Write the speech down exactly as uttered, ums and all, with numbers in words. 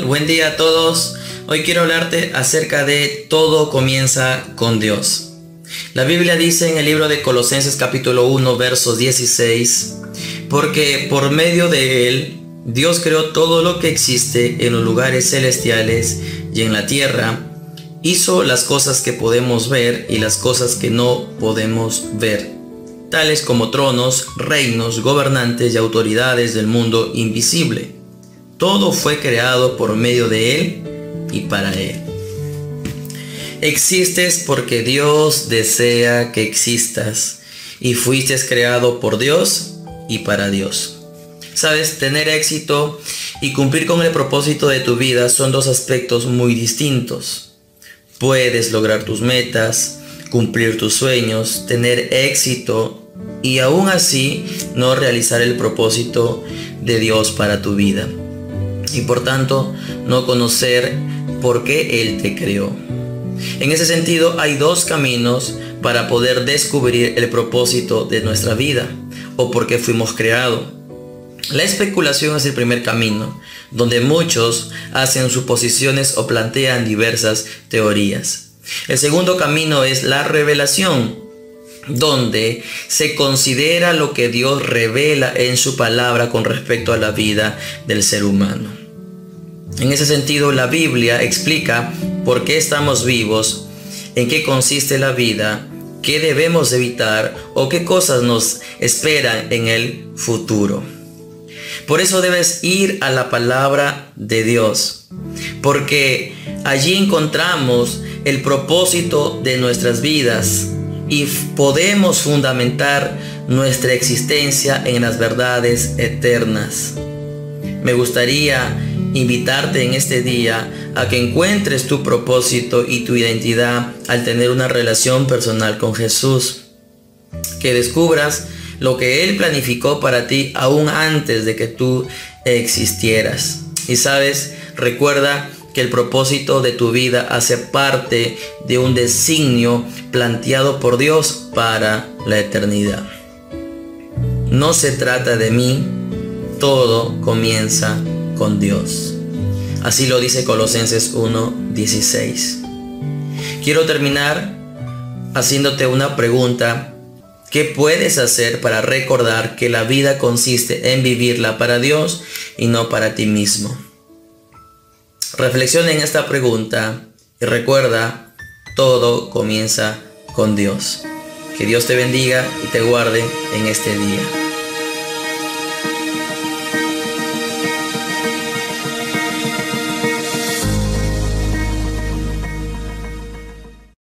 buen día a todos. Hoy quiero hablarte acerca de todo comienza con Dios. La Biblia dice en el libro de Colosenses capítulo uno versos dieciséis, porque por medio de Él Dios creó todo lo que existe en los lugares celestiales y en la tierra. Hizo las cosas que podemos ver y las cosas que no podemos ver, tales como tronos, reinos, gobernantes y autoridades del mundo invisible. Todo fue creado por medio de Él y para Él. Existes porque Dios desea que existas y fuiste creado por Dios y para Dios. Sabes, tener éxito y cumplir con el propósito de tu vida son dos aspectos muy distintos. Puedes lograr tus metas, cumplir tus sueños, tener éxito y aún así no realizar el propósito de Dios para tu vida. Y por tanto, no conocer por qué Él te creó. En ese sentido, hay dos caminos para poder descubrir el propósito de nuestra vida o por qué fuimos creados. La especulación es el primer camino, donde muchos hacen suposiciones o plantean diversas teorías. El segundo camino es la revelación, donde se considera lo que Dios revela en su palabra con respecto a la vida del ser humano. En ese sentido, la Biblia explica por qué estamos vivos, en qué consiste la vida, qué debemos evitar o qué cosas nos esperan en el futuro. Por eso debes ir a la palabra de Dios, porque allí encontramos el propósito de nuestras vidas y podemos fundamentar nuestra existencia en las verdades eternas. Me gustaría invitarte en este día a que encuentres tu propósito y tu identidad al tener una relación personal con Jesús. Que descubras lo que Él planificó para ti aún antes de que tú existieras. Y sabes, recuerda que el propósito de tu vida hace parte de un designio planteado por Dios para la eternidad. No se trata de mí, todo comienza con Dios. Así lo dice Colosenses uno dieciséis. Quiero terminar haciéndote una pregunta. ¿Qué puedes hacer para recordar que la vida consiste en vivirla para Dios y no para ti mismo? Reflexiona en esta pregunta y recuerda, todo comienza con Dios. Que Dios te bendiga y te guarde en este día.